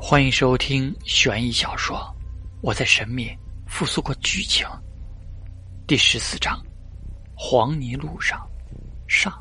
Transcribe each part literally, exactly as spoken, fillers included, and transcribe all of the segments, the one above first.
欢迎收听悬疑小说《我在神秘复苏过剧情》第十四章黄泥路上上。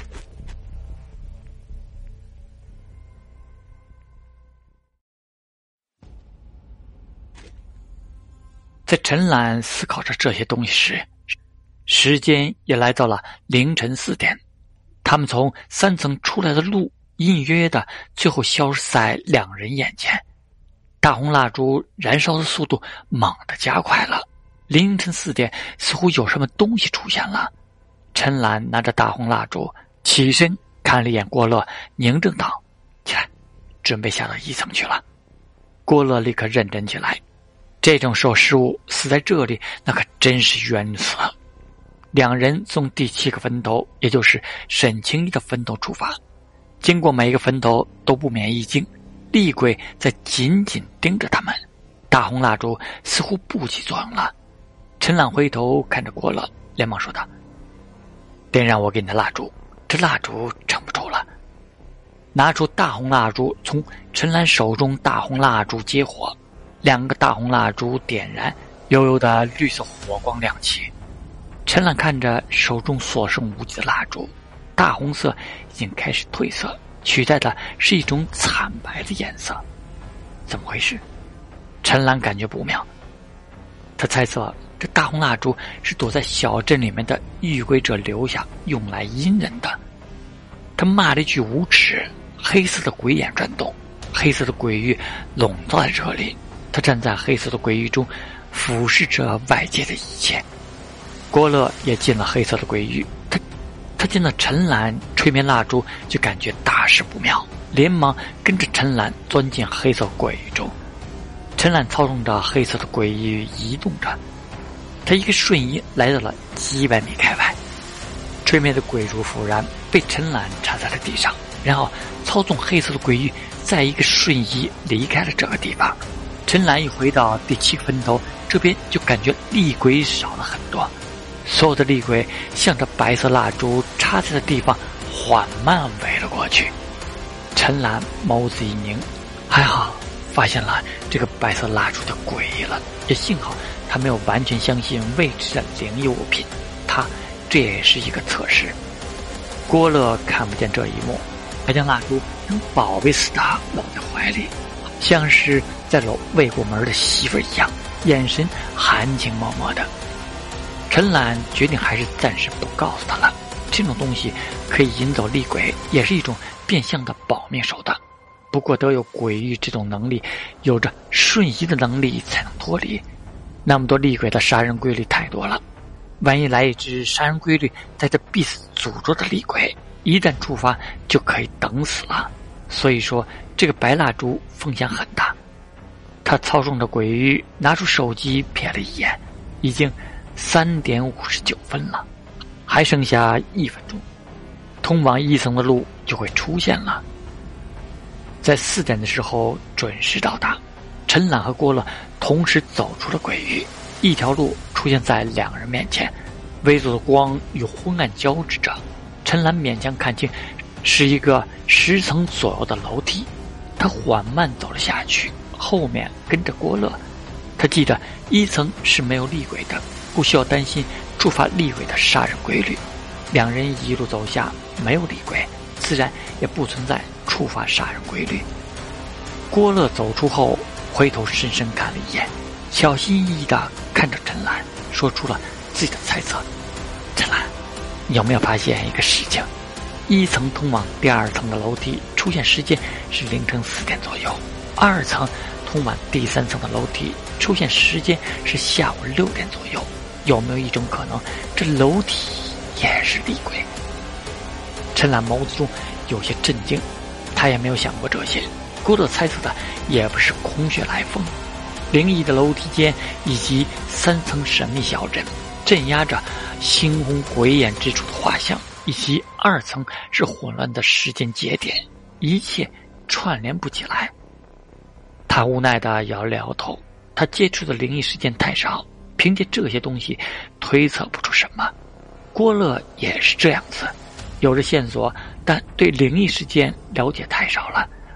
在陈岚思考着这些东西时，时间也来到了凌晨四点。他们从三层出来的路隐隐约约的最后消失在两人眼前。大红蜡烛燃烧的速度猛地加快了，凌晨四点似乎有什么东西出现了。陈岚拿着大红蜡烛起身看了一眼郭乐，凝正道：起来，准备下到一层去了。郭乐立刻认真起来，这种时候失误死在这里那可真是冤死。两人从第七个坟头，也就是沈清一的坟头出发，经过每一个坟头都不免一惊，厉鬼在紧紧盯着他们。大红蜡烛似乎不起作用了。陈岚回头看着郭乐，连忙说道：点燃我给你的蜡烛，这蜡烛撑不住了。拿出大红蜡烛，从陈岚手中大红蜡烛接火，两个大红蜡烛点燃，悠悠的绿色火光亮起。陈岚看着手中所剩无几的蜡烛，大红色已经开始褪色，取代的是一种惨白的颜色。怎么回事？陈岚感觉不妙。他猜测这大红蜡烛是躲在小镇里面的遇鬼者留下，用来阴人的。他骂了一句无耻，黑色的鬼眼转动，黑色的鬼域笼罩在这里。他站在黑色的鬼域中，俯视着外界的一切。郭乐也进了黑色的鬼域，他他见到陈岚吹灭蜡烛，就感觉大事不妙，连忙跟着陈岚钻进黑色鬼域中。陈岚操纵着黑色的鬼域移动着，他一个瞬移来到了几百米开外。吹灭的鬼烛复燃，被陈岚插在了地上，然后操纵黑色的鬼域在一个瞬移离开了这个地方。陈岚一回到第七个坟头，这边就感觉厉鬼少了很多。所有的厉鬼向着白色蜡烛插在的地方缓慢围了过去。陈岚眸子一凝，还好发现了这个白色蜡烛的诡异了，也幸好他没有完全相信未知的灵异物品，他这也是一个测试。郭乐看不见这一幕，他将蜡烛当宝贝似的搂在怀里，像是在搂未过门的媳妇一样，眼神含情脉脉的。陈岚决定还是暂时不告诉他了，这种东西可以引走厉鬼，也是一种变相的保命手段。不过得有鬼域这种能力，有着瞬移的能力才能脱离。那么多厉鬼的杀人规律太多了，万一来一只杀人规律在这必死诅咒的厉鬼，一旦触发就可以等死了。所以说这个白蜡烛风险很大。他操纵着鬼域，拿出手机瞥了一眼，已经三点五十九分了，还剩下一分钟，通往一层的路就会出现了。在四点的时候准时到达。陈岚和郭乐同时走出了鬼域，一条路出现在两人面前，微弱的光与昏暗交织着。陈岚勉强看清是一个十层左右的楼梯，他缓慢走了下去，后面跟着郭乐。他记得一层是没有厉鬼的，不需要担心触发厉鬼的杀人规律。两人一路走下，没有厉鬼，自然也不存在触发杀人规律。郭乐走出后，回头深深看了一眼，小心翼翼地看着陈岚，说出了自己的猜测：陈岚，你有没有发现一个事情？一层通往第二层的楼梯出现时间是凌晨四点左右，二层通往第三层的楼梯出现时间是下午六点左右。有没有一种可能，这楼梯也是厉鬼？陈岚眸子中有些震惊，他也没有想过这些。郭乐猜测的也不是空穴来风，灵异的楼梯间以及三层神秘小镇镇压着猩红鬼眼之处的画像，以及二层是混乱的时间节点，一切串联不起来。他无奈地摇了摇头，他接触的灵异事件太少，凭借这些东西推测不出什么。郭乐也是这样子，有着线索，但对灵异事件了解太少了，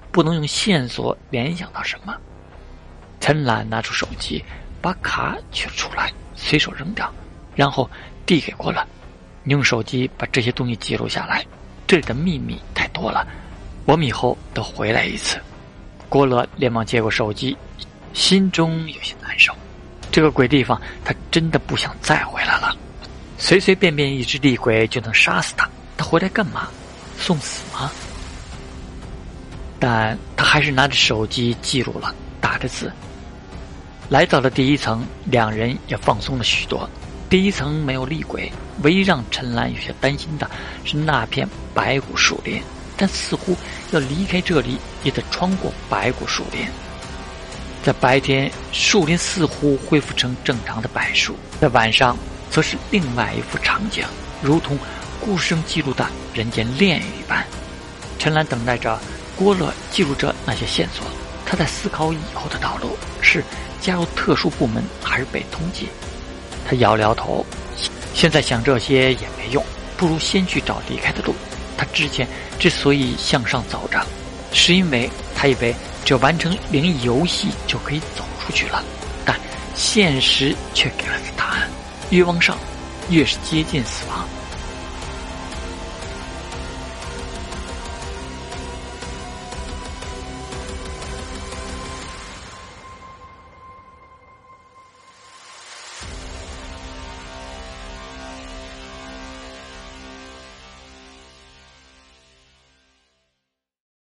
不能用线索联想到什么。陈岚拿出手机，把卡取了出来，随手扔掉，然后递给郭乐：“你用手机把这些东西记录下来，这里的秘密太多了，我们以后都回来一次。”郭乐连忙接过手机，心中有些难受。这个鬼地方，他真的不想再回来了。随随便便一只厉鬼就能杀死他，他回来干嘛？送死吗？但他还是拿着手机记录了，打着字。来到了第一层，两人也放松了许多。第一层没有厉鬼，唯一让陈岚有些担心的是那片白骨树林，但似乎要离开这里也得穿过白骨树林。在白天，树林似乎恢复成正常的柏树，在晚上则是另外一幅场景，如同故事中记录的人间炼狱一般。陈岚等待着郭乐记录着那些线索，他在思考以后的道路是加入特殊部门还是被通缉。他摇了摇头，现在想这些也没用，不如先去找离开的路。他之前之所以向上走着，是因为他以为只要完成灵异游戏就可以走出去了，但现实却给了他答案：越往上，越是接近死亡。